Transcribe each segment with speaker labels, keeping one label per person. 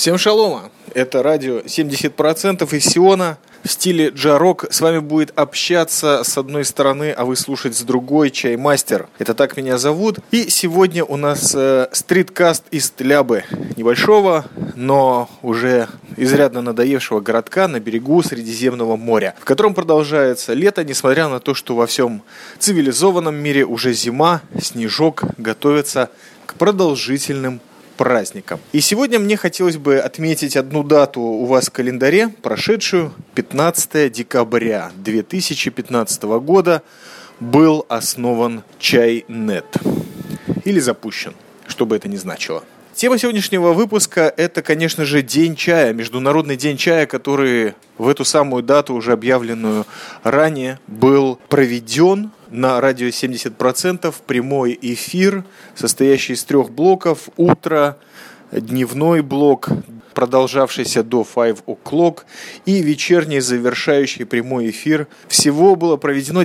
Speaker 1: Всем шалома! Это радио 70% из Сиона в стиле джа-рок. С вами будет общаться с одной стороны, а вы слушать с другой, Чаймастер. Это так меня зовут. И сегодня у нас стриткаст из Тлябы. Небольшого, но уже изрядно надоевшего городка на берегу Средиземного моря, в котором продолжается лето, несмотря на то, что во всем цивилизованном мире уже зима, снежок, готовится к продолжительным праздникам. И сегодня мне хотелось бы отметить одну дату у вас в календаре, прошедшую 15 декабря 2015 года был основан Чайнет. Или запущен, что бы это ни значило. Тема сегодняшнего выпуска – это, конечно же, День чая, Международный день чая, который в эту самую дату, уже объявленную ранее, был проведен на радио 70%, прямой эфир, состоящий из 3 блоков: утро, дневной блок, продолжавшийся до 5 o'clock, и вечерний завершающий прямой эфир. Всего было проведено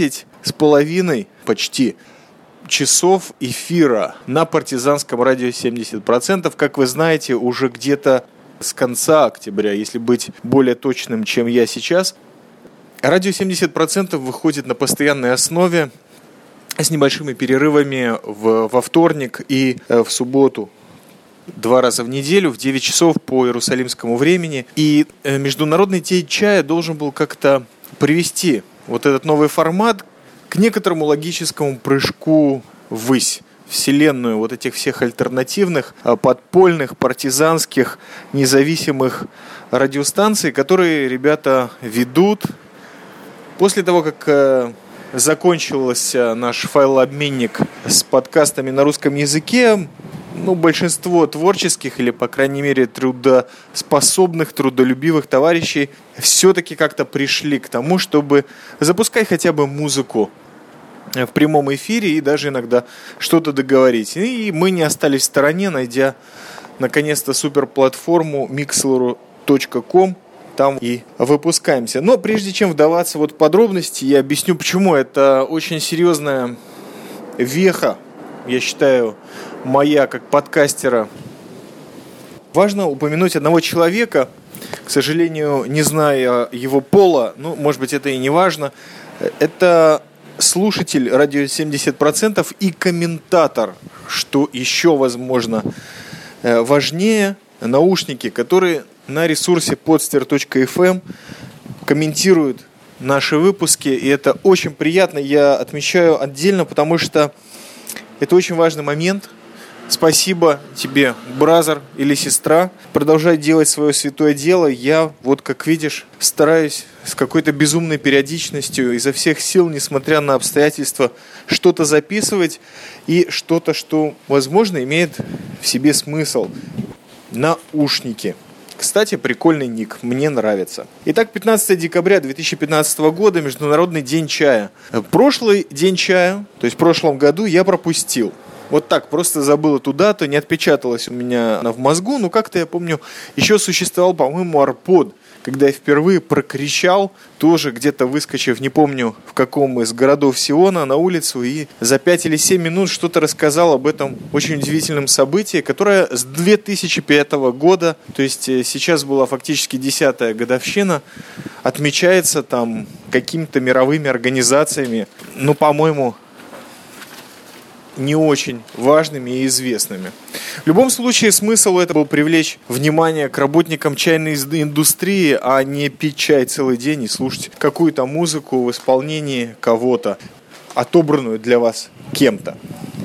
Speaker 1: 10,5 почти часов эфира на партизанском радио 70%. Как вы знаете, уже где-то с конца октября, если быть более точным, чем я сейчас, радио 70% выходит на постоянной основе с небольшими перерывами во вторник и в субботу. 2 раза в неделю в 9 часов по иерусалимскому времени. И Международный день чая должен был как-то привести вот этот новый формат к некоторому логическому прыжку ввысь, вселенную вот этих всех альтернативных, подпольных, партизанских, независимых радиостанций, которые ребята ведут. После того, как закончился наш файлообменник с подкастами на русском языке, большинство творческих или, по крайней мере, трудоспособных, трудолюбивых товарищей все-таки как-то пришли к тому, чтобы запускать хотя бы музыку в прямом эфире и даже иногда что-то договорить. И мы не остались в стороне, найдя наконец-то суперплатформу mixlr.com. Там и выпускаемся. Но прежде чем вдаваться в подробности, я объясню, почему. Это очень серьезная веха, я считаю, моя как подкастера. Важно упомянуть одного человека, к сожалению, не зная его пола, может быть, это и не важно. Это слушатель радио 70% и комментатор, что еще, возможно, важнее, наушники, которые на ресурсе podster.fm комментируют наши выпуски, и это очень приятно. Я отмечаю отдельно, потому что это очень важный момент. Спасибо тебе, бразер или сестра. Продолжай делать свое святое дело. Я, как видишь, стараюсь с какой-то безумной периодичностью, изо всех сил, несмотря на обстоятельства, что-то записывать и что-то, что, возможно, имеет в себе смысл. Наушники. Кстати, прикольный ник, мне нравится. Итак, 15 декабря 2015 года, Международный день чая. Прошлый день чая, то есть в прошлом году, я пропустил. Вот так, просто забыл эту дату, не отпечаталась у меня она в мозгу. Но как-то я помню, еще существовал, по-моему, Арпод, когда я впервые прокричал, тоже где-то выскочив, не помню в каком из городов Сиона, на улицу, и за 5 или 7 минут что-то рассказал об этом очень удивительном событии, которое с 2005 года, то есть сейчас была фактически 10-я годовщина, отмечается там какими-то мировыми организациями, по-моему, не очень важными и известными. В любом случае, смысл это был привлечь внимание к работникам чайной индустрии, а не пить чай целый день и слушать какую-то музыку в исполнении кого-то, отобранную для вас кем-то.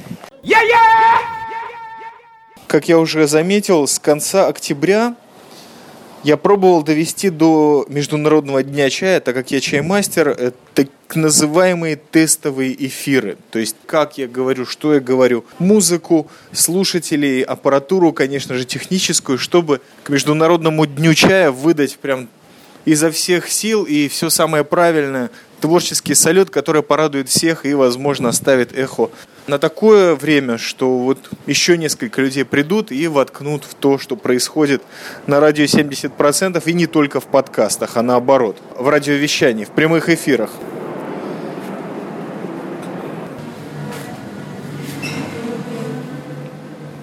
Speaker 1: Как я уже заметил, с конца октября я пробовал довести до Международного дня чая, так как я чаймастер, так называемые тестовые эфиры. То есть, как я говорю, что я говорю, музыку, слушателей, аппаратуру, конечно же, техническую, чтобы к Международному дню чая выдать прям изо всех сил и все самое правильное, творческий салют, который порадует всех и, возможно, оставит эхо на такое время, что еще несколько людей придут и воткнут в то, что происходит на радио 70%, и не только в подкастах, а наоборот, в радиовещании, в прямых эфирах.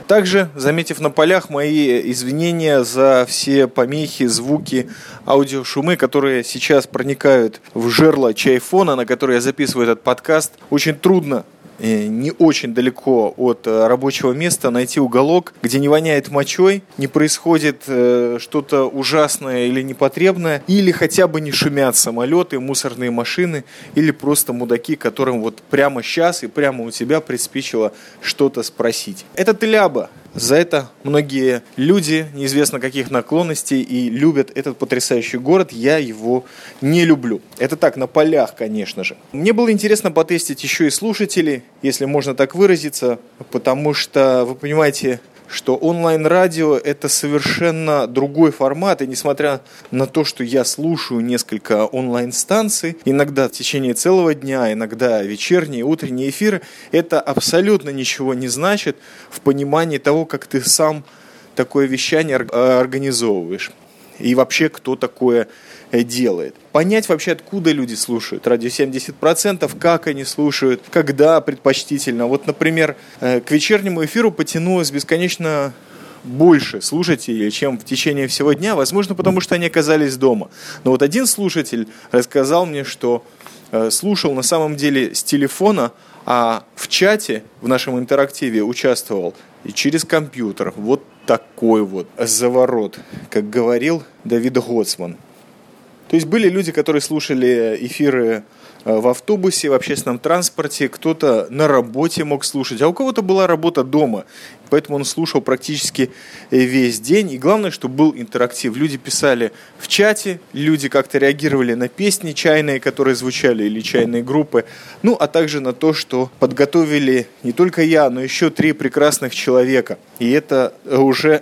Speaker 1: Также, заметив на полях, мои извинения за все помехи, звуки, аудиошумы, которые сейчас проникают в жерло чайфона, на который я записываю этот подкаст. Очень трудно, не очень далеко от рабочего места найти уголок, где не воняет мочой, не происходит что-то ужасное или непотребное, или хотя бы не шумят самолеты, мусорные машины, или просто мудаки, которым вот прямо сейчас и прямо у тебя приспичило что-то спросить. Это Тыляба. За это многие люди, неизвестно каких наклонностей, и любят этот потрясающий город. Я его не люблю. Это так, на полях, конечно же. Мне было интересно потестить еще и слушателей, если можно так выразиться, потому что, вы понимаете, что онлайн-радио – это совершенно другой формат, и несмотря на то, что я слушаю несколько онлайн-станций, иногда в течение целого дня, иногда вечерние, утренние эфиры, это абсолютно ничего не значит в понимании того, как ты сам такое вещание организовываешь. И вообще, кто такое делает. Понять вообще, откуда люди слушают радио 70%, как они слушают, когда предпочтительно. Вот, например, к вечернему эфиру потянулось бесконечно больше слушателей, чем в течение всего дня, возможно, потому что они оказались дома. Но вот один слушатель рассказал мне, что слушал на самом деле с телефона, а в чате, в нашем интерактиве участвовал и через компьютер. Вот такой вот заворот, как говорил Давид Гоцман. То есть были люди, которые слушали эфиры в автобусе, в общественном транспорте, кто-то на работе мог слушать, а у кого-то была работа дома. Поэтому он слушал практически весь день. И главное, что был интерактив. Люди писали в чате, люди как-то реагировали на песни чайные, которые звучали, или чайные группы. Ну, а также на то, что подготовили не только я, но еще 3 прекрасных человека. И это уже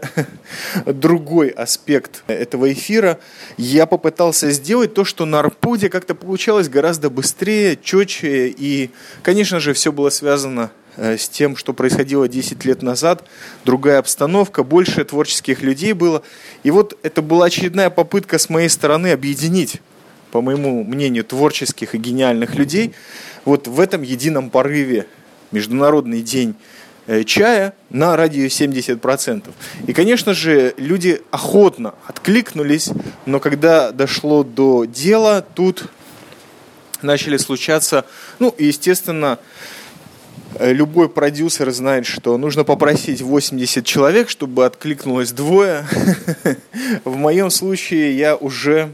Speaker 1: другой аспект этого эфира. Я попытался сделать то, что на Арподе как-то получалось гораздо быстрее, четче. И, конечно же, все было связано с тем, что происходило 10 лет назад, другая обстановка, больше творческих людей было. И вот это была очередная попытка с моей стороны объединить, по моему мнению, творческих и гениальных людей вот в этом едином порыве Международный день чая на радио 70%. И, конечно же, люди охотно откликнулись, но когда дошло до дела, тут начали случаться, естественно, любой продюсер знает, что нужно попросить 80 человек, чтобы откликнулось 2. В моем случае я уже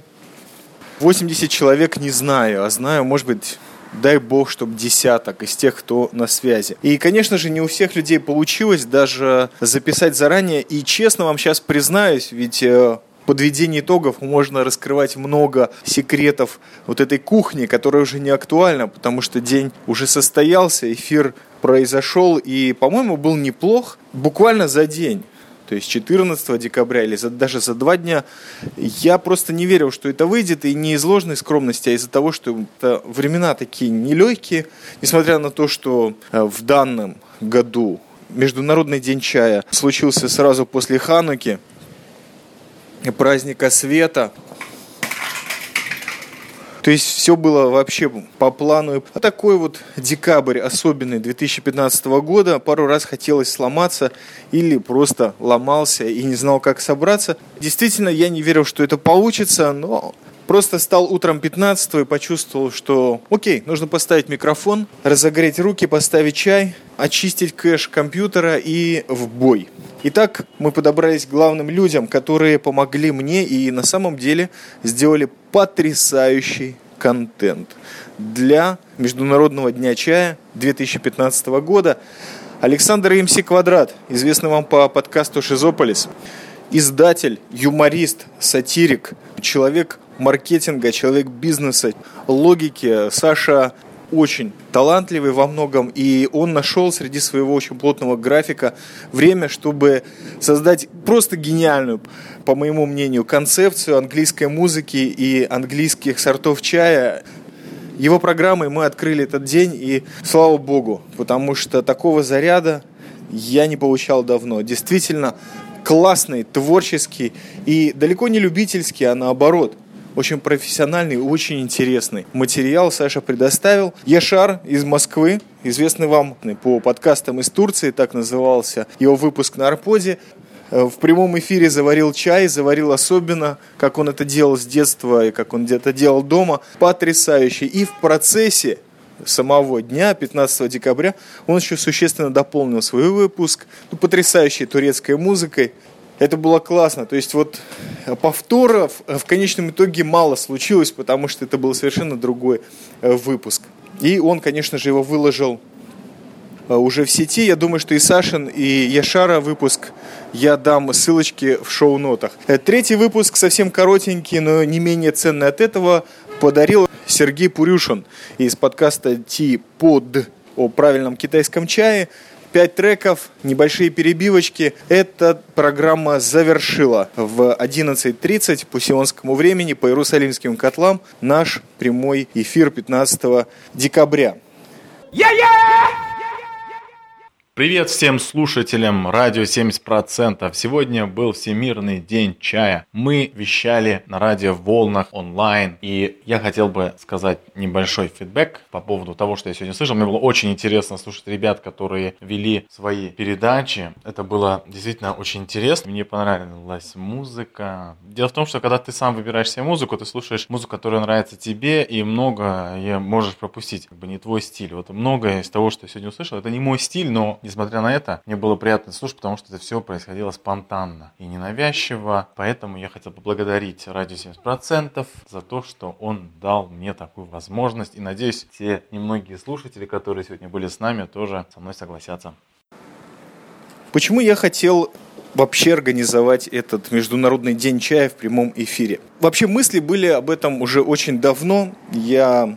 Speaker 1: 80 человек не знаю, а знаю, может быть, дай бог, чтобы 10 из тех, кто на связи. И, конечно же, не у всех людей получилось даже записать заранее. И честно вам сейчас признаюсь, ведь подведении итогов можно раскрывать много секретов вот этой кухни, которая уже не актуальна, потому что день уже состоялся, эфир произошел и, по-моему, был неплох буквально за день. То есть 14 декабря или даже за 2 дня. Я просто не верил, что это выйдет, и не из ложной скромности, а из-за того, что времена такие нелегкие, несмотря на то, что в данном году Международный день чая случился сразу после Хануки, праздника света. То есть все было вообще по плану. А такой вот декабрь особенный 2015 года, пару раз хотелось сломаться или просто ломался и не знал, как собраться. Действительно, я не верил, что это получится, но просто стал утром 15-го и почувствовал, что окей, нужно поставить микрофон, разогреть руки, поставить чай, очистить кэш компьютера и в бой. Итак, мы подобрались к главным людям, которые помогли мне и на самом деле сделали потрясающий контент для Международного дня чая 2015 года. Александр МС Квадрат, известный вам по подкасту «Шизополис», издатель, юморист, сатирик, человек маркетинга, человек бизнеса, логики. Саша очень талантливый во многом, и он нашел среди своего очень плотного графика время, чтобы создать просто гениальную, по моему мнению, концепцию английской музыки и английских сортов чая. Его программой мы открыли этот день, и слава богу, потому что такого заряда я не получал давно. Действительно классный, творческий и далеко не любительский, а наоборот, очень профессиональный, очень интересный материал Саша предоставил. Яшар из Москвы, известный вам по подкастам из Турции, так назывался его выпуск на Арподе. В прямом эфире заварил чай, заварил особенно, как он это делал с детства и как он где-то делал дома, потрясающе. И в процессе самого дня, 15 декабря, он еще существенно дополнил свой выпуск потрясающей турецкой музыкой. Это было классно. То есть вот повторов в конечном итоге мало случилось, потому что это был совершенно другой выпуск. И он, конечно же, его выложил уже в сети. Я думаю, что и Сашин, и Яшара выпуск я дам ссылочки в шоу-нотах. Третий выпуск, совсем коротенький, но не менее ценный от этого, подарил Сергей Пурюшин из подкаста Ти-Под о правильном китайском чае. 5 треков, небольшие перебивочки. Эта программа завершила в 11:30 по сионскому времени, по иерусалимским котлам, наш прямой эфир 15 декабря.
Speaker 2: Привет всем слушателям радио 70%. Сегодня был Всемирный день чая. Мы вещали на радио Волнах онлайн. И я хотел бы сказать небольшой фидбэк по поводу того, что я сегодня слышал. Мне было очень интересно слушать ребят, которые вели свои передачи. Это было действительно очень интересно. Мне понравилась музыка. Дело в том, что когда ты сам выбираешь себе музыку, ты слушаешь музыку, которая нравится тебе, и многое можешь пропустить. Не твой стиль. Вот многое из того, что я сегодня услышал, это не мой стиль, но несмотря на это, мне было приятно слушать, потому что это все происходило спонтанно и ненавязчиво. Поэтому я хотел поблагодарить радио 70% за то, что он дал мне такую возможность. И надеюсь, те немногие слушатели, которые сегодня были с нами, тоже со мной согласятся.
Speaker 1: Почему я хотел вообще организовать этот Международный день чая в прямом эфире? Вообще мысли были об этом уже очень давно. Я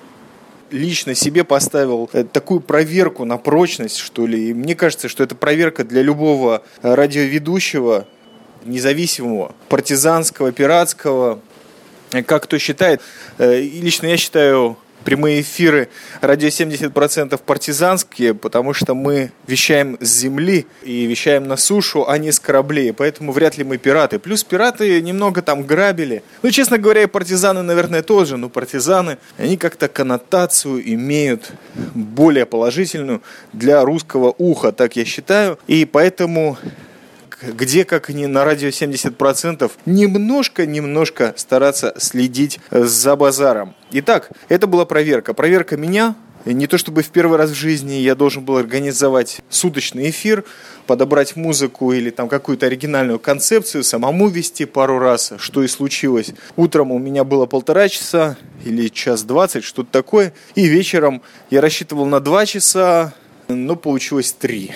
Speaker 1: лично себе поставил такую проверку на прочность, что ли. И мне кажется, что это проверка для любого радиоведущего, независимого, партизанского, пиратского, как кто считает. И лично я считаю прямые эфиры радио 70% партизанские, потому что мы вещаем с земли и вещаем на сушу, а не с кораблей, поэтому вряд ли мы пираты. Плюс пираты немного там грабили. Ну, честно говоря, и партизаны, наверное, тоже, но партизаны, они как-то коннотацию имеют более положительную для русского уха, так я считаю, и поэтому где, как не на радио 70%, немножко стараться следить за базаром. Итак, это была проверка. Проверка меня. Не то чтобы в первый раз в жизни я должен был организовать суточный эфир, подобрать музыку или там какую-то оригинальную концепцию, самому вести пару раз, что и случилось. Утром у меня было 1,5 часа или 1:20, что-то такое. И вечером я рассчитывал на 2 часа, но получилось 3.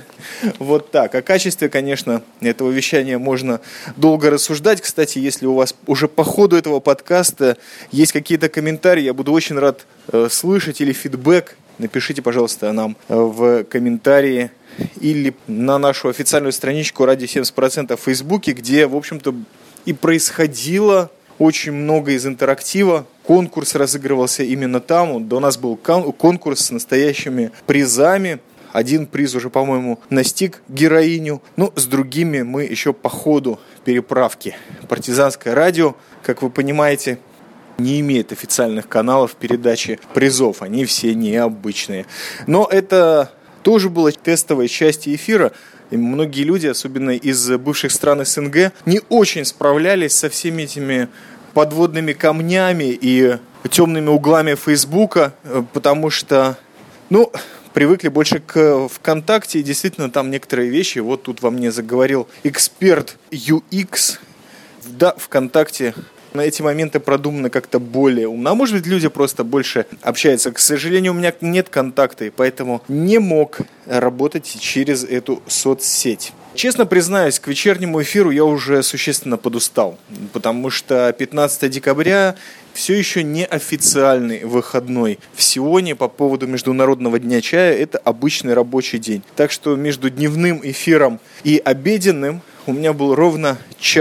Speaker 1: Вот так. О качестве, конечно, этого вещания можно долго рассуждать. Кстати, если у вас уже по ходу этого подкаста есть какие-то комментарии, я буду очень рад слышать, или фидбэк. Напишите, пожалуйста, нам в комментарии или на нашу официальную страничку «Радио 70%» в Фейсбуке, где, в общем-то, и происходило очень много из интерактива. Конкурс разыгрывался именно там. У нас был конкурс с настоящими призами. Один приз уже, по-моему, настиг героиню. Ну, с другими мы еще по ходу переправки. Партизанское радио, как вы понимаете, не имеет официальных каналов передачи призов. Они все необычные. Но это тоже было тестовой частью эфира. И многие люди, особенно из бывших стран СНГ, не очень справлялись со всеми этими подводными камнями и темными углами Фейсбука, потому что, привыкли больше к ВКонтакте, и действительно там некоторые вещи, вот тут во мне заговорил эксперт UX, да, ВКонтакте на эти моменты продумано как-то более умно. А может быть, люди просто больше общаются. К сожалению, у меня нет контакта, и поэтому не мог работать через эту соцсеть. Честно признаюсь, к вечернему эфиру я уже существенно подустал, потому что 15 декабря все еще не официальный выходной в Сионе по поводу Международного дня чая. Это обычный рабочий день. Так что между дневным эфиром и обеденным у меня был ровно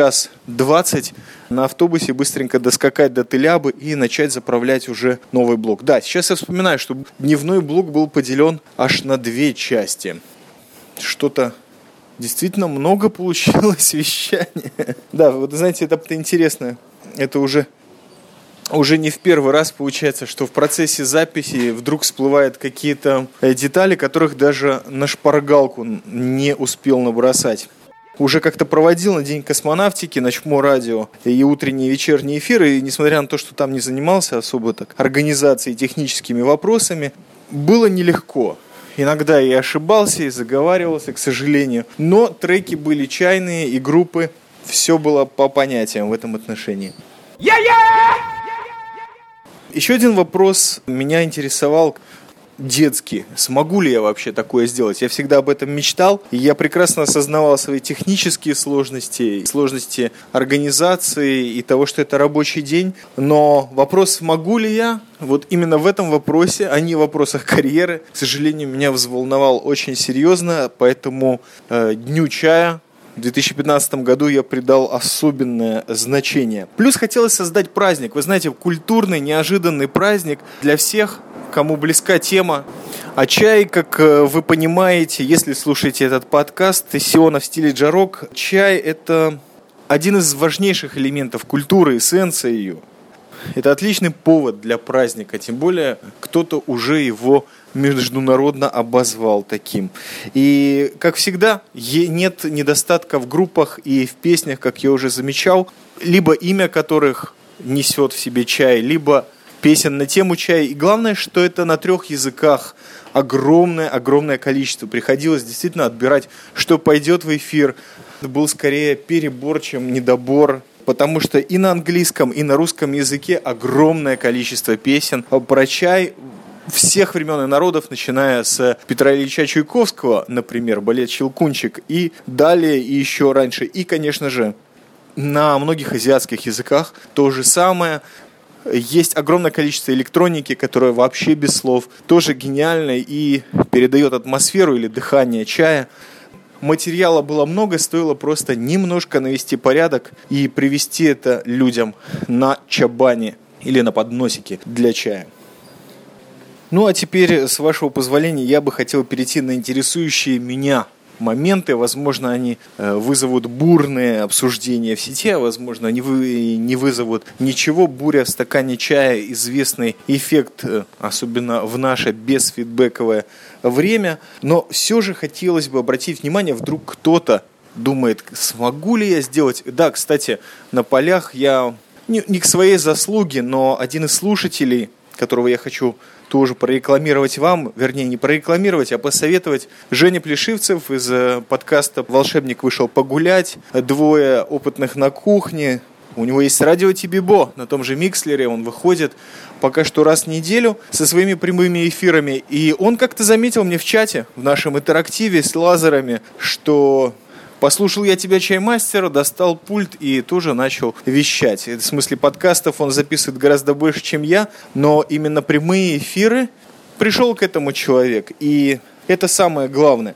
Speaker 1: 1:20 на автобусе быстренько доскакать до Тель-Абы и начать заправлять уже новый блок. Да, сейчас я вспоминаю, что дневной блок был поделен аж на 2 части. Что-то действительно много получилось вещания. Да, вот знаете, это интересно. Это уже уже не в первый раз получается, что в процессе записи вдруг всплывают какие-то детали, которых даже на шпаргалку не успел набросать. Уже как-то проводил на День космонавтики на ЧМО радио и утренние и вечерние эфиры, и несмотря на то, что там не занимался особо так организацией, техническими вопросами, было нелегко. Иногда я ошибался и заговаривался, к сожалению, но треки были чайные и группы, все было по понятиям в этом отношении. Еще один вопрос меня интересовал. Детский. Смогу ли я вообще такое сделать? Я всегда об этом мечтал, и я прекрасно осознавал свои технические сложности, сложности организации и того, что это рабочий день. Но вопрос, смогу ли я, вот именно в этом вопросе, а не в вопросах карьеры, к сожалению, меня взволновал очень серьезно, поэтому Дню чая в 2015 году я придал особенное значение. Плюс хотелось создать праздник. Вы знаете, культурный, неожиданный праздник для всех, кому близка тема. А чай, как вы понимаете, если слушаете этот подкаст, Сиона в стиле джарок, чай – это один из важнейших элементов культуры, эссенция ее. Это отличный повод для праздника, тем более кто-то уже его международно обозвал таким. И, как всегда, нет недостатка в группах и в песнях, как я уже замечал, либо имя которых несет в себе чай, либо песен на тему чая. И главное, что это на 3 языках. Огромное количество. Приходилось действительно отбирать, что пойдет в эфир. Это был скорее перебор, чем недобор. Потому что и на английском, и на русском языке огромное количество песен про чай всех времен и народов, начиная с Петра Ильича Чайковского, например, балет «Щелкунчик», и далее, и еще раньше. И, конечно же, на многих азиатских языках то же самое. Есть огромное количество электроники, которая вообще без слов, тоже гениальна и передает атмосферу или дыхание чая. Материала было много, стоило просто немножко навести порядок и привести это людям на чабане или на подносике для чая. Ну а теперь, с вашего позволения, я бы хотел перейти на интересующие меня моменты. Возможно, они вызовут бурные обсуждения в сети, а возможно, они не вызовут ничего. Буря в стакане чая – известный эффект, особенно в наше безфидбэковое время. Но все же хотелось бы обратить внимание, вдруг кто-то думает, смогу ли я сделать. Да, кстати, на полях я не к своей заслуге, но один из слушателей, которого я хочу тоже прорекламировать вам, вернее, не прорекламировать, а посоветовать. Женя Плешивцев из подкаста «Волшебник вышел погулять», 2 опытных на кухне. У него есть радио Тибибо, на том же Микслере, он выходит пока что раз в неделю со своими прямыми эфирами. И он как-то заметил мне в чате, в нашем интерактиве с лазерами, что послушал я тебя, чаймастер, достал пульт и тоже начал вещать. В смысле подкастов он записывает гораздо больше, чем я, но именно прямые эфиры пришел к этому человек, и это самое главное.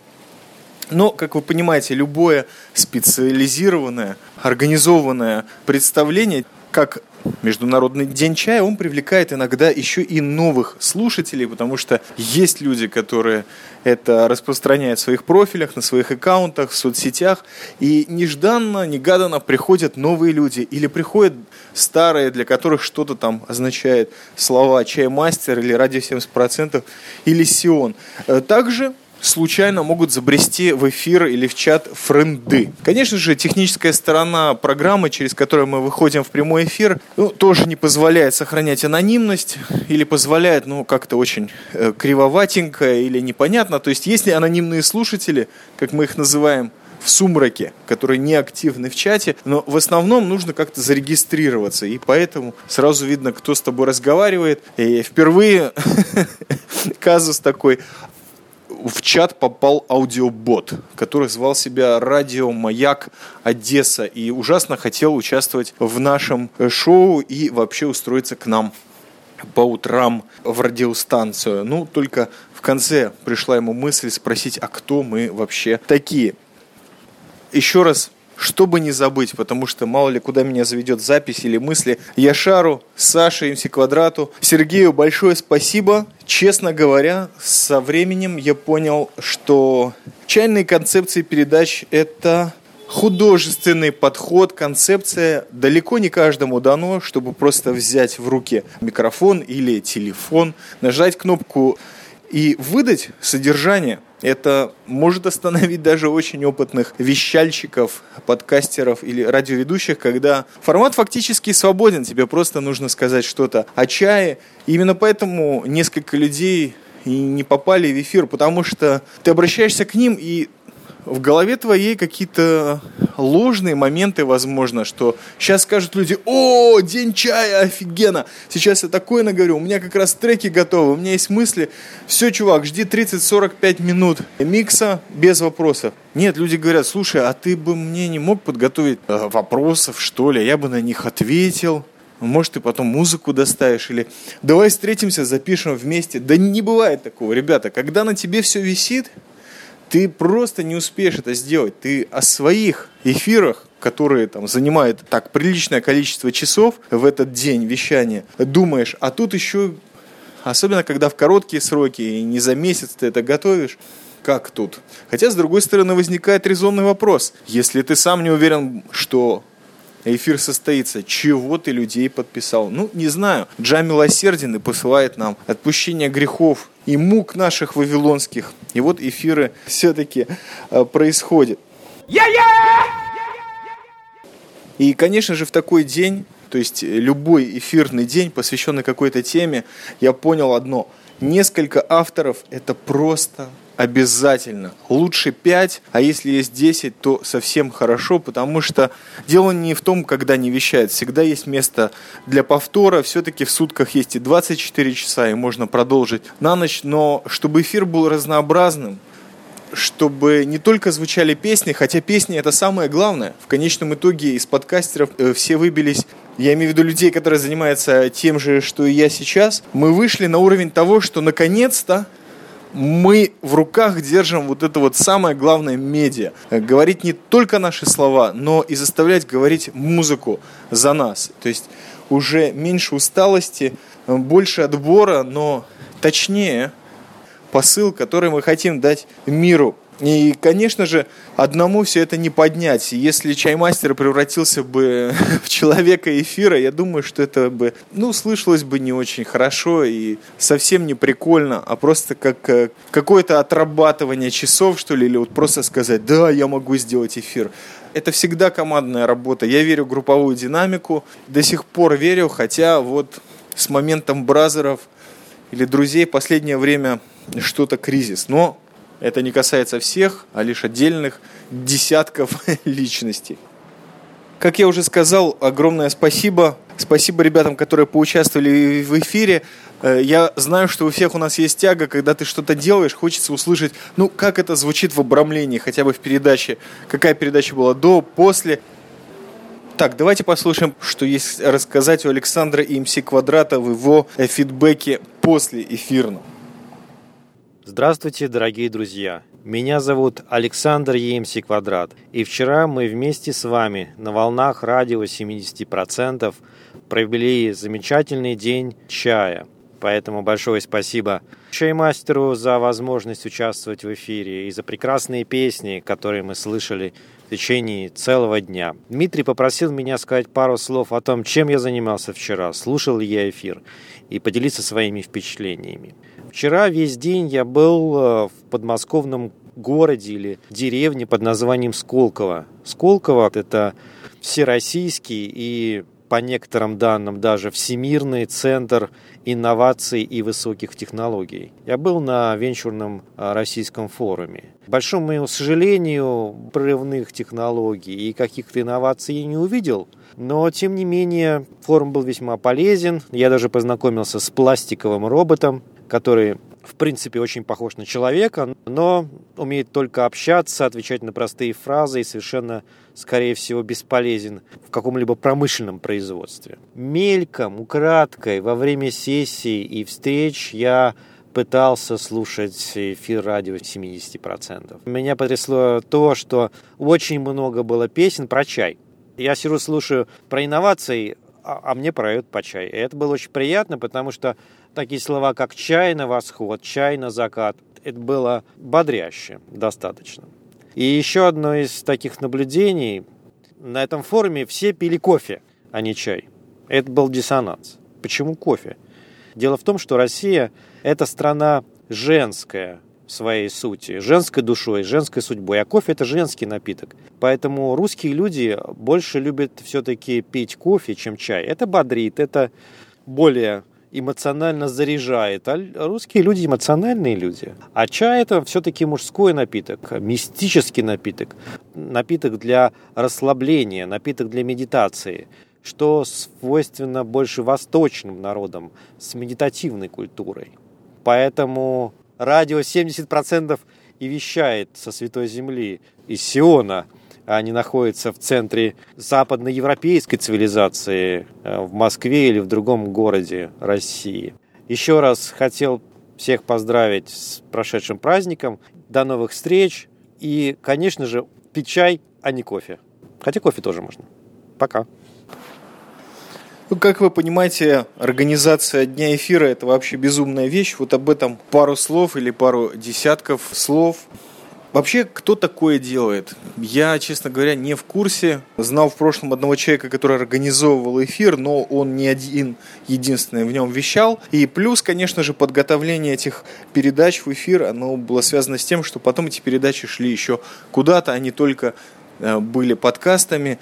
Speaker 1: Но, как вы понимаете, любое специализированное, организованное представление, как Международный день чая, он привлекает иногда еще и новых слушателей, потому что есть люди, которые это распространяют в своих профилях, на своих аккаунтах, в соцсетях, и нежданно-негаданно приходят новые люди, или приходят старые, для которых что-то там означает слова «чаймастер» или «радио 70%» или «Сион». Также случайно могут забрести в эфир или в чат френды. Конечно же, техническая сторона программы, через которую мы выходим в прямой эфир, тоже не позволяет сохранять анонимность или позволяет, как-то очень кривоватенько или непонятно. То есть, есть ли анонимные слушатели, как мы их называем, в сумраке, которые не активны в чате, но в основном нужно как-то зарегистрироваться, и поэтому сразу видно, кто с тобой разговаривает. И впервые казус такой. В чат попал аудиобот, который звал себя «Радио Маяк Одесса» и ужасно хотел участвовать в нашем шоу и вообще устроиться к нам по утрам в радиостанцию. Только в конце пришла ему мысль спросить, а кто мы вообще такие. Еще раз, чтобы не забыть, потому что мало ли куда меня заведет запись или мысли, Яшару, Саше, МС Квадрату, Сергею большое спасибо. Честно говоря, со временем я понял, что чайные концепции передач – это художественный подход, концепция. Далеко не каждому дано, чтобы просто взять в руки микрофон или телефон, нажать кнопку и выдать содержание. Это может остановить даже очень опытных вещальщиков, подкастеров или радиоведущих, когда формат фактически свободен, тебе просто нужно сказать что-то о чае. И именно поэтому несколько людей и не попали в эфир, потому что ты обращаешься к ним, и в голове твоей какие-то ложные моменты, возможно, что сейчас скажут люди: «О, день чая, офигенно! Сейчас я такое наговорю, у меня как раз треки готовы, у меня есть мысли. Все, чувак, жди 30-45 минут микса без вопросов». Нет, люди говорят: «Слушай, а ты бы мне не мог подготовить вопросов, что ли? Я бы на них ответил. Может, ты потом музыку доставишь, или давай встретимся, запишем вместе». Да не бывает такого, ребята. Когда на тебе все висит, ты просто не успеешь это сделать. Ты о своих эфирах, которые там занимают так приличное количество часов в этот день вещания, думаешь. А тут еще, особенно когда в короткие сроки и не за месяц ты это готовишь, как тут? Хотя, с другой стороны, возникает резонный вопрос. Если ты сам не уверен, что эфир состоится, чего ты людей подписал? Ну, не знаю. Джа милосерден и посылает нам отпущение грехов и мук наших вавилонских. И вот эфиры все-таки происходят. И, конечно же, в такой день, то есть любой эфирный день, посвященный какой-то теме, я понял одно. Несколько авторов – это просто обязательно. Лучше 5, а если есть 10, то совсем хорошо, потому что дело не в том, когда не вещают. Всегда есть место для повтора. Все-таки в сутках есть и 24 часа, и можно продолжить на ночь. Но чтобы эфир был разнообразным, чтобы не только звучали песни, хотя песни – это самое главное. В конечном итоге из подкастеров все выбились, я имею в виду людей, которые занимаются тем же, что и я сейчас. Мы вышли на уровень того, что наконец-то мы в руках держим вот это вот самое главное медиа. Говорить не только наши слова, но и заставлять говорить музыку за нас. То есть уже меньше усталости, больше отбора, но точнее посыл, который мы хотим дать миру. И, конечно же, одному все это не поднять. Если чаймастер превратился бы в человека эфира, я думаю, что это бы, слышалось бы не очень хорошо и совсем не прикольно, а просто как какое-то отрабатывание часов, что ли, или вот просто сказать: да, я могу сделать эфир. Это всегда командная работа. Я верю в групповую динамику, до сих пор верю, хотя вот с моментом бразеров или друзей в последнее время что-то кризис. Но это не касается всех, а лишь отдельных десятков личностей. Как я уже сказал, огромное спасибо. Спасибо ребятам, которые поучаствовали в эфире. Я знаю, что у всех у нас есть тяга, когда ты что-то делаешь, хочется услышать, как это звучит в обрамлении, хотя бы в передаче. Какая передача была до, после. Так, давайте послушаем, что есть рассказать у Александра и МС Квадрата в его фидбэке после эфирного.
Speaker 3: Здравствуйте, дорогие друзья! Меня зовут Александр ЕМС Квадрат, и вчера мы вместе с вами на волнах радио 70% провели замечательный день чая. Поэтому большое спасибо чаймастеру за возможность участвовать в эфире и за прекрасные песни, которые мы слышали в течение целого дня. Дмитрий попросил меня сказать пару слов о том, чем я занимался вчера, слушал ли я эфир, и поделиться своими впечатлениями. Вчера весь день я был в подмосковном городе или деревне под названием Сколково. Сколково – это всероссийский и, по некоторым данным, даже всемирный центр инноваций и высоких технологий. Я был на венчурном российском форуме. К большому моему сожалению, прорывных технологий и каких-то инноваций я не увидел. Но, тем не менее, форум был весьма полезен. Я даже познакомился с пластиковым роботом, который, в принципе, очень похож на человека, но умеет только общаться, отвечать на простые фразы и совершенно, скорее всего, бесполезен в каком-либо промышленном производстве. Мельком, украдкой, во время сессий и встреч я пытался слушать эфир радио 70%. Меня потрясло то, что очень много было песен про чай. Я сижу, слушаю про инновации, а мне поют по чай. И это было очень приятно, потому что такие слова, как «чай на восход», «чай на закат», это было бодряще достаточно. И еще одно из таких наблюдений. На этом форуме все пили кофе, а не чай. Это был диссонанс. Почему кофе? Дело в том, что Россия – это страна женская в своей сути, женской душой, женской судьбой, а кофе – это женский напиток. Поэтому русские люди больше любят все-таки пить кофе, чем чай. Это бодрит, это более эмоционально заряжает, а русские люди эмоциональные люди. А чай – это все-таки мужской напиток, мистический напиток, напиток для расслабления, напиток для медитации, что свойственно больше восточным народам с медитативной культурой. Поэтому радио 70% и вещает со Святой Земли, из Сиона. Они находятся в центре западноевропейской цивилизации, в Москве или в другом городе России. Еще раз хотел всех поздравить с прошедшим праздником. До новых встреч. И, конечно же, пить чай, а не кофе. Хотя кофе тоже можно. Пока.
Speaker 1: Ну, как вы понимаете, организация дня эфира – это вообще безумная вещь. Вот об этом пару слов или пару десятков слов. Вообще, кто такое делает? Я, честно говоря, не в курсе. Знал в прошлом одного человека, который организовывал эфир, но он не один единственный в нем вещал. И плюс, конечно же, подготовление этих передач в эфир, оно было связано с тем, что потом эти передачи шли еще куда-то, они только были подкастами,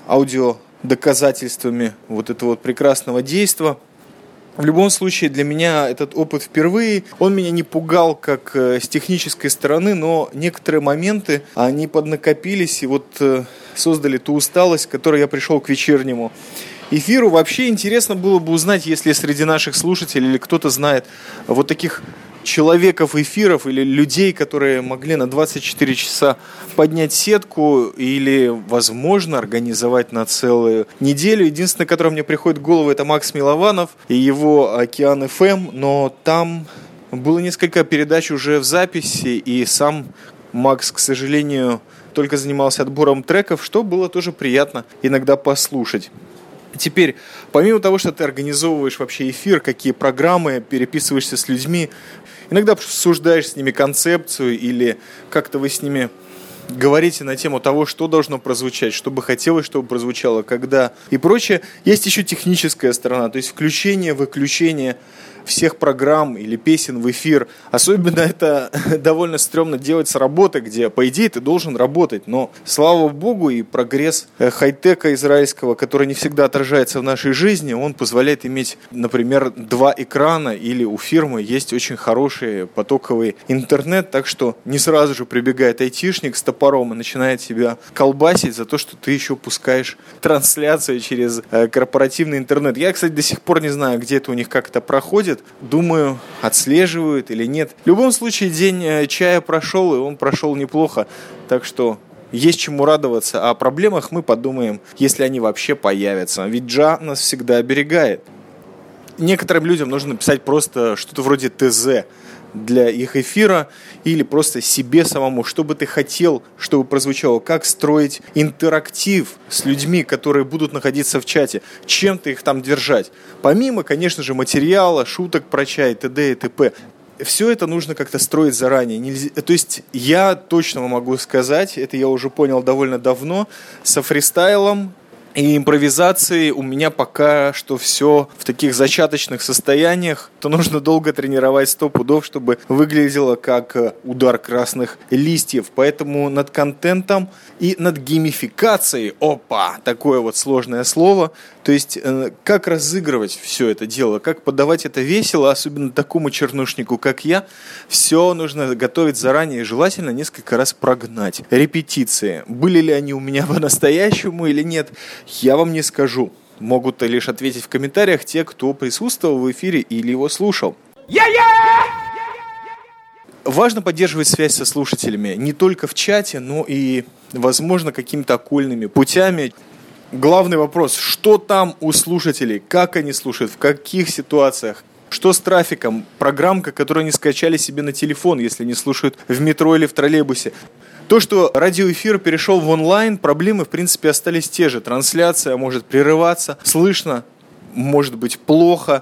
Speaker 1: аудиодоказательствами вот этого вот прекрасного действа. В любом случае, для меня этот опыт впервые. Он меня не пугал как с технической стороны, но некоторые моменты, они поднакопились и вот создали ту усталость, к которой я пришел к вечернему эфиру. Вообще интересно было бы узнать, если среди наших слушателей или кто-то знает вот таких человеков эфиров или людей, которые могли на 24 часа поднять сетку или, возможно, организовать на целую неделю. Единственное, которое мне приходит в голову, это Макс Милованов и его «Океан ФМ», но там было несколько передач уже в записи, и сам Макс, к сожалению, только занимался отбором треков, что было тоже приятно иногда послушать. Теперь, помимо того, что ты организовываешь вообще эфир, какие программы, переписываешься с людьми, иногда обсуждаешь с ними концепцию или как-то вы с ними говорите на тему того, что должно прозвучать, что бы хотелось, чтобы прозвучало, когда и прочее. Есть еще техническая сторона, то есть включение, выключение всех программ или песен в эфир. Особенно это довольно стрёмно делать с работы, где, по идее, ты должен работать. Но, слава богу, и прогресс хай-тека израильского, который не всегда отражается в нашей жизни, он позволяет иметь, например, 2 экрана, или у фирмы есть очень хороший потоковый интернет, так что не сразу же прибегает айтишник с топором и начинает тебя колбасить за то, что ты еще пускаешь трансляцию через корпоративный интернет. Я, кстати, до сих пор не знаю, где это у них, как это проходит. Думаю, отслеживают или нет. В любом случае, день чая прошел, и он прошел неплохо. Так что есть чему радоваться. А о проблемах мы подумаем, если они вообще появятся. Ведь Джа нас всегда оберегает. Некоторым людям нужно написать просто что-то вроде ТЗ для их эфира или просто себе самому, что бы ты хотел, чтобы прозвучало, как строить интерактив с людьми, которые будут находиться в чате, чем ты их там держать. Помимо, конечно же, материала, шуток про чай, т.д. и т.п. Все это нужно как-то строить заранее. Нельзя... То есть я точно могу сказать, это я уже понял довольно давно, со фристайлом и импровизацией у меня пока что все в таких зачаточных состояниях. То нужно долго тренировать 100 пудов, чтобы выглядело как удар красных листьев. Поэтому над контентом и над геймификацией, такое вот сложное слово, то есть как разыгрывать все это дело, как подавать это весело, особенно такому чернушнику, как я, все нужно готовить заранее и желательно несколько раз прогнать. Репетиции. Были ли они у меня по-настоящему или нет, я вам не скажу. Могут лишь ответить в комментариях те, кто присутствовал в эфире или его слушал. Важно поддерживать связь со слушателями не только в чате, но и, возможно, какими-то окольными путями. Главный вопрос, что там у слушателей, как они слушают, в каких ситуациях, что с трафиком, программка, которую они скачали себе на телефон, если не слушают в метро или в троллейбусе. То, что радиоэфир перешел в онлайн, проблемы, в принципе, остались те же. Трансляция может прерываться, слышно может быть плохо,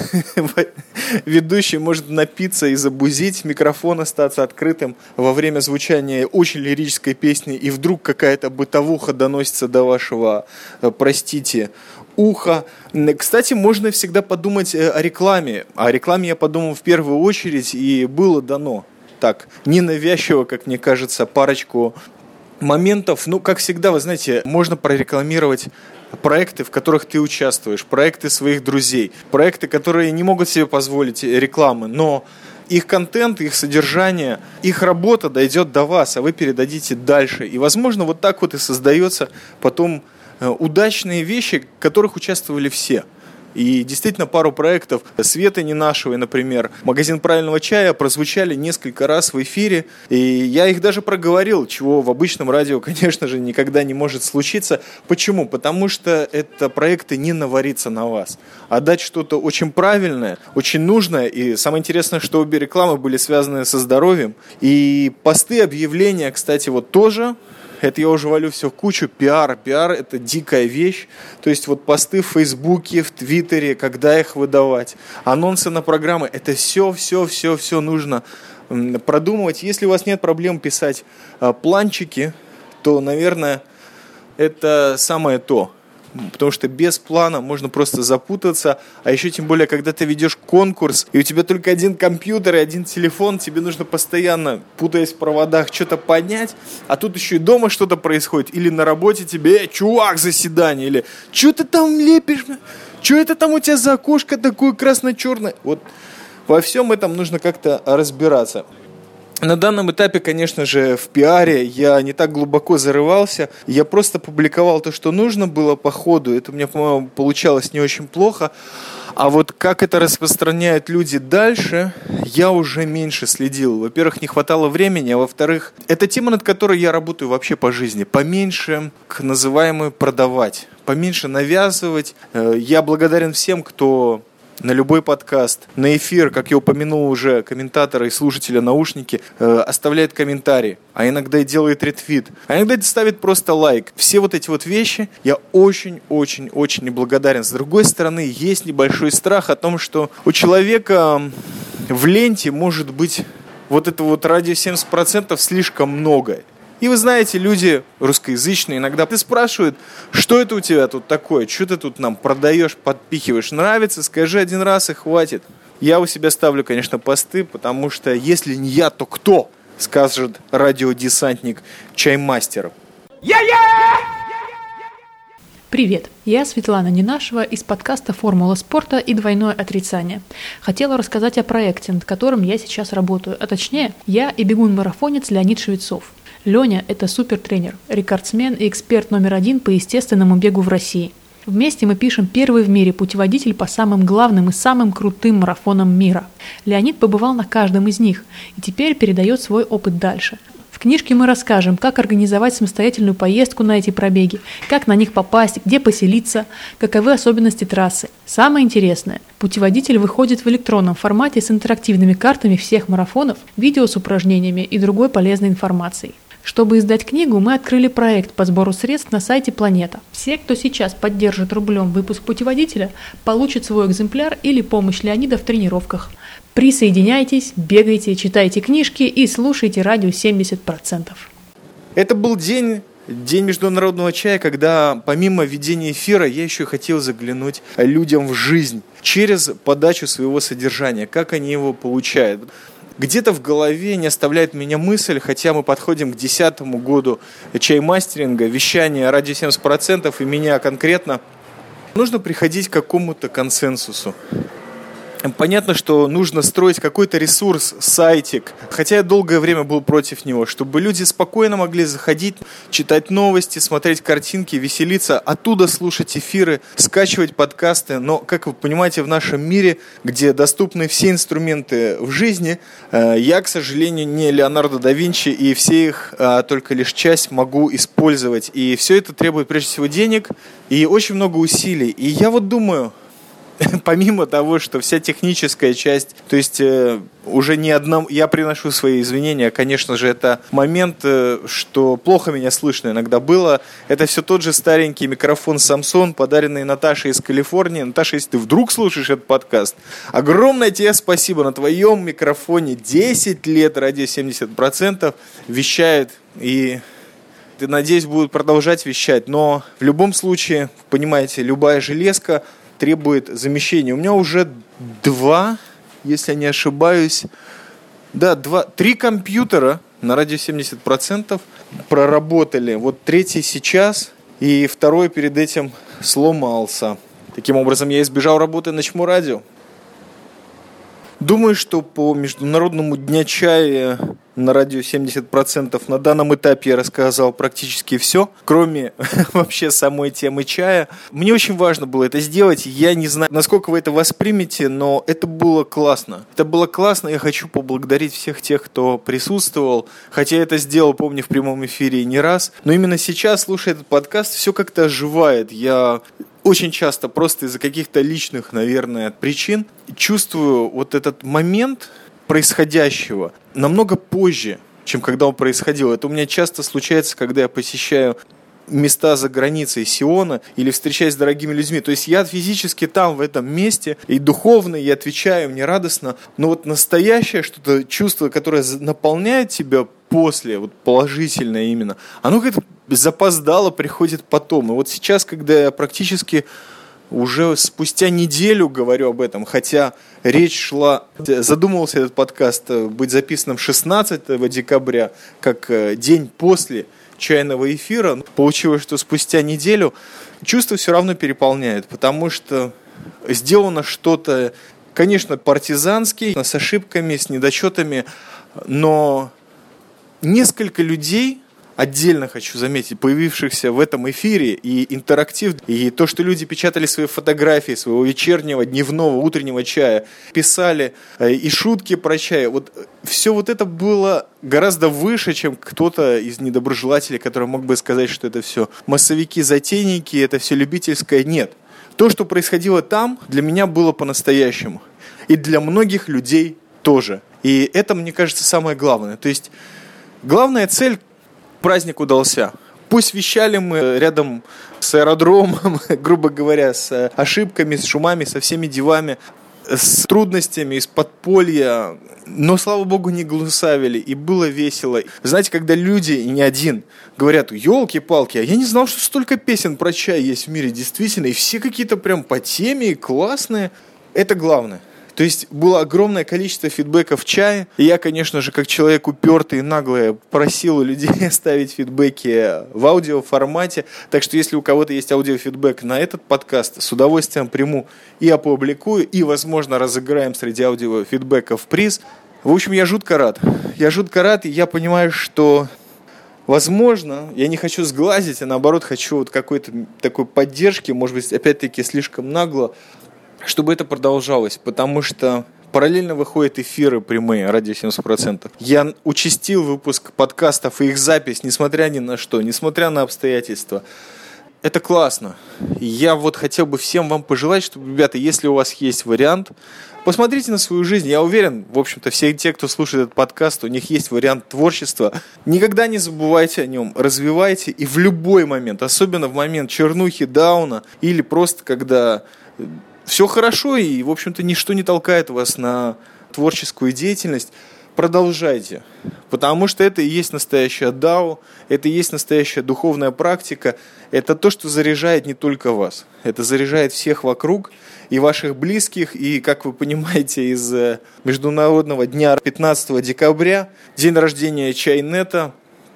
Speaker 1: ведущий может напиться и забузить, микрофон остаться открытым во время звучания очень лирической песни, и вдруг какая-то бытовуха доносится до вашего, простите, уха. Кстати, можно всегда подумать о рекламе. О рекламе я подумал в первую очередь, и было дано так, ненавязчиво, как мне кажется, парочку моментов. Ну, как всегда, вы знаете, можно прорекламировать проекты, в которых ты участвуешь, проекты своих друзей, проекты, которые не могут себе позволить рекламы, но их контент, их содержание, их работа дойдет до вас, а вы передадите дальше. И, возможно, вот так вот и создается потом удачные вещи, в которых участвовали все. И действительно пару проектов Светы Ненашевой, например, «Магазин правильного чая» прозвучали несколько раз в эфире. И я их даже проговорил, чего в обычном радио, конечно же, никогда не может случиться. Почему? Потому что это проекты не навариться на вас, а дать что-то очень правильное, очень нужное. И самое интересное, что обе рекламы были связаны со здоровьем. И посты, объявления, кстати, вот тоже... Это я уже валю все в кучу. Пиар – это дикая вещь. То есть вот посты в Фейсбуке, в Твиттере, когда их выдавать, анонсы на программы – это все нужно продумывать. Если у вас нет проблем писать планчики, то, наверное, это самое то. Потому что без плана можно просто запутаться. А еще тем более, когда ты ведешь конкурс, и у тебя только один компьютер и один телефон, тебе нужно постоянно, путаясь в проводах, что-то поднять. А тут еще и дома что-то происходит. Или на работе тебе: чувак, заседание. Или что ты там лепишь? Что это там у тебя за окошко такое красно-черное? Вот во всем этом нужно как-то разбираться. На данном этапе, конечно же, в пиаре я не так глубоко зарывался. Я просто публиковал то, что нужно было по ходу. Это у меня, по-моему, получалось не очень плохо. А вот как это распространяют люди дальше, я уже меньше следил. Во-первых, не хватало времени, а во-вторых, это тема, над которой я работаю вообще по жизни. Поменьше, к называемую, продавать, поменьше навязывать. Я благодарен всем, кто... на любой подкаст, на эфир, как я упомянул уже, комментатора и слушателя наушники, оставляет комментарий, а иногда и делает ретвит, а иногда ставит просто лайк. Все вот эти вот вещи я очень благодарен. С другой стороны, есть небольшой страх о том, что у человека в ленте может быть вот это вот радио 70% слишком много. И вы знаете, люди русскоязычные иногда спрашивают: что это у тебя тут такое, что ты тут нам продаешь, подпихиваешь, нравится, скажи один раз и хватит. Я у себя ставлю, конечно, посты, потому что если не я, то кто, скажет радиодесантник Чаймастер.
Speaker 4: Привет, я Светлана Ненашева из подкаста «Формула спорта и двойное отрицание». Хотела рассказать о проекте, над которым я сейчас работаю, а точнее, я и бегун-марафонец Леонид Швецов. Леня – это супертренер, рекордсмен и эксперт номер 1 по естественному бегу в России. Вместе мы пишем первый в мире путеводитель по самым главным и самым крутым марафонам мира. Леонид побывал на каждом из них и теперь передает свой опыт дальше. В книжке мы расскажем, как организовать самостоятельную поездку на эти пробеги, как на них попасть, где поселиться, каковы особенности трассы. Самое интересное – путеводитель выходит в электронном формате с интерактивными картами всех марафонов, видео с упражнениями и другой полезной информацией. Чтобы издать книгу, мы открыли проект по сбору средств на сайте «Планета». Все, кто сейчас поддержит рублем выпуск путеводителя, получат свой экземпляр или помощь Леонида в тренировках. Присоединяйтесь, бегайте, читайте книжки и слушайте радио 70%.
Speaker 1: Это был день Международного чая, когда помимо ведения эфира я еще хотел заглянуть людям в жизнь через подачу своего содержания, как они его получают. Где-то в голове не оставляет меня мысль, хотя мы подходим к 10-му году чаймастеринга, вещания радио 70% и меня конкретно, нужно приходить к какому-то консенсусу. Понятно, что нужно строить какой-то ресурс, сайтик, хотя я долгое время был против него, чтобы люди спокойно могли заходить, читать новости, смотреть картинки, веселиться, оттуда слушать эфиры, скачивать подкасты. Но, как вы понимаете, в нашем мире, где доступны все инструменты в жизни, я, к сожалению, не Леонардо да Винчи, и все их только лишь часть могу использовать. И все это требует прежде всего денег и очень много усилий. И я вот думаю... помимо того, что вся техническая часть, то есть уже не одна, я приношу свои извинения, конечно же, это момент, что плохо меня слышно иногда было, это все тот же старенький микрофон Samsung, подаренный Наташе из Калифорнии. Наташа, если ты вдруг слушаешь этот подкаст, огромное тебе спасибо, на твоем микрофоне 10 лет радио 70% вещает, и надеюсь, будут продолжать вещать, но в любом случае, понимаете, любая железка требует замещения. У меня уже 2, если я не ошибаюсь, 3 компьютера на радио 70% проработали. Вот 3-й сейчас, и 2-й перед этим сломался. Таким образом, я избежал работы на ЧМУ радио. Думаю, что по Международному дню чая на радио 70% на данном этапе я рассказал практически все, кроме вообще самой темы чая. Мне очень важно было это сделать. Я не знаю, насколько вы это воспримете, но это было классно. Это было классно. Я хочу поблагодарить всех тех, кто присутствовал. Хотя я это сделал, помню, в прямом эфире не раз. Но именно сейчас, слушая этот подкаст, все как-то оживает. Я очень часто просто из-за каких-то личных, наверное, причин чувствую вот этот момент происходящего намного позже, чем когда он происходил. Это у меня часто случается, когда я посещаю места за границей Сиона или встречаюсь с дорогими людьми. То есть я физически там, в этом месте, и духовно, и отвечаю, мне радостно. Но вот настоящее что-то, чувство, которое наполняет тебя после, вот положительное именно, оно как-то запоздало приходит потом. И вот сейчас, когда я практически уже спустя неделю говорю об этом, хотя речь шла, задумывался этот подкаст быть записанным 16 декабря, как день после чайного эфира. Получилось, что спустя неделю чувство все равно переполняет, потому что сделано что-то, конечно, партизански, с ошибками, с недочетами, но несколько людей, отдельно хочу заметить, появившихся в этом эфире, и интерактив, и то, что люди печатали свои фотографии своего вечернего, дневного, утреннего чая, писали и шутки про чай. Вот все вот это было гораздо выше, чем кто-то из недоброжелателей, который мог бы сказать, что это все массовики-затейники, это все любительское. Нет. То, что происходило там, для меня было по-настоящему. И для многих людей тоже. И это, мне кажется, самое главное. То есть главная цель — праздник удался. Пусть вещали мы рядом с аэродромом, грубо говоря, с ошибками, с шумами, со всеми делами, с трудностями, из подполья, но, слава богу, не глусавили, и было весело. Знаете, когда люди, и не один, говорят: елки-палки, а я не знал, что столько песен про чай есть в мире, действительно, и все какие-то прям по теме, и классные. Это главное. То есть было огромное количество фидбэков в чае. И я, конечно же, как человек упертый и наглый, просил у людей оставить фидбэки в аудиоформате. Так что если у кого-то есть аудиофидбэк на этот подкаст, с удовольствием приму и опубликую, и, возможно, разыграем среди аудиофидбэков приз. В общем, я жутко рад. Я жутко рад, и я понимаю, что, возможно, я не хочу сглазить, а наоборот хочу вот какой-то такой поддержки, может быть, опять-таки слишком нагло, чтобы это продолжалось, потому что параллельно выходят эфиры прямые, радио 70%. Я участил выпуск подкастов и их запись, несмотря ни на что, несмотря на обстоятельства. Это классно. Я вот хотел бы всем вам пожелать, чтобы, ребята, если у вас есть вариант, посмотрите на свою жизнь. Я уверен, в общем-то, все те, кто слушает этот подкаст, у них есть вариант творчества. Никогда не забывайте о нем, развивайте, и в любой момент, особенно в момент чернухи, дауна, или просто когда все хорошо, и, в общем-то, ничто не толкает вас на творческую деятельность, продолжайте. Потому что это и есть настоящая дао, это и есть настоящая духовная практика. Это то, что заряжает не только вас. Это заряжает всех вокруг, и ваших близких. И, как вы понимаете, из Международного дня 15 декабря, день рождения Чайнета,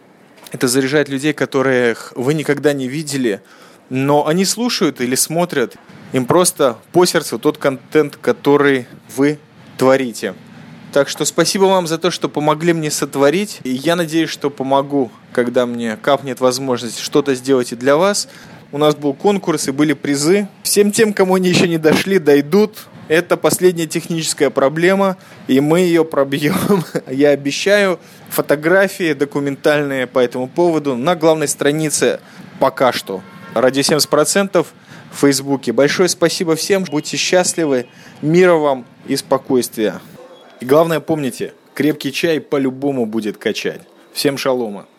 Speaker 1: это заряжает людей, которых вы никогда не видели, но они слушают или смотрят. Им просто по сердцу тот контент, который вы творите. Так что спасибо вам за то, что помогли мне сотворить. И я надеюсь, что помогу, когда мне капнет возможность что-то сделать и для вас. У нас был конкурс и были призы. Всем тем, кому они еще не дошли, дойдут. Это последняя техническая проблема, и мы ее пробьем. Я обещаю. Фотографии документальные по этому поводу на главной странице пока что. Радио 70% в Фейсбуке. Большое спасибо всем, будьте счастливы, мира вам и спокойствия. И главное, помните, крепкий чай по-любому будет качать. Всем шалома.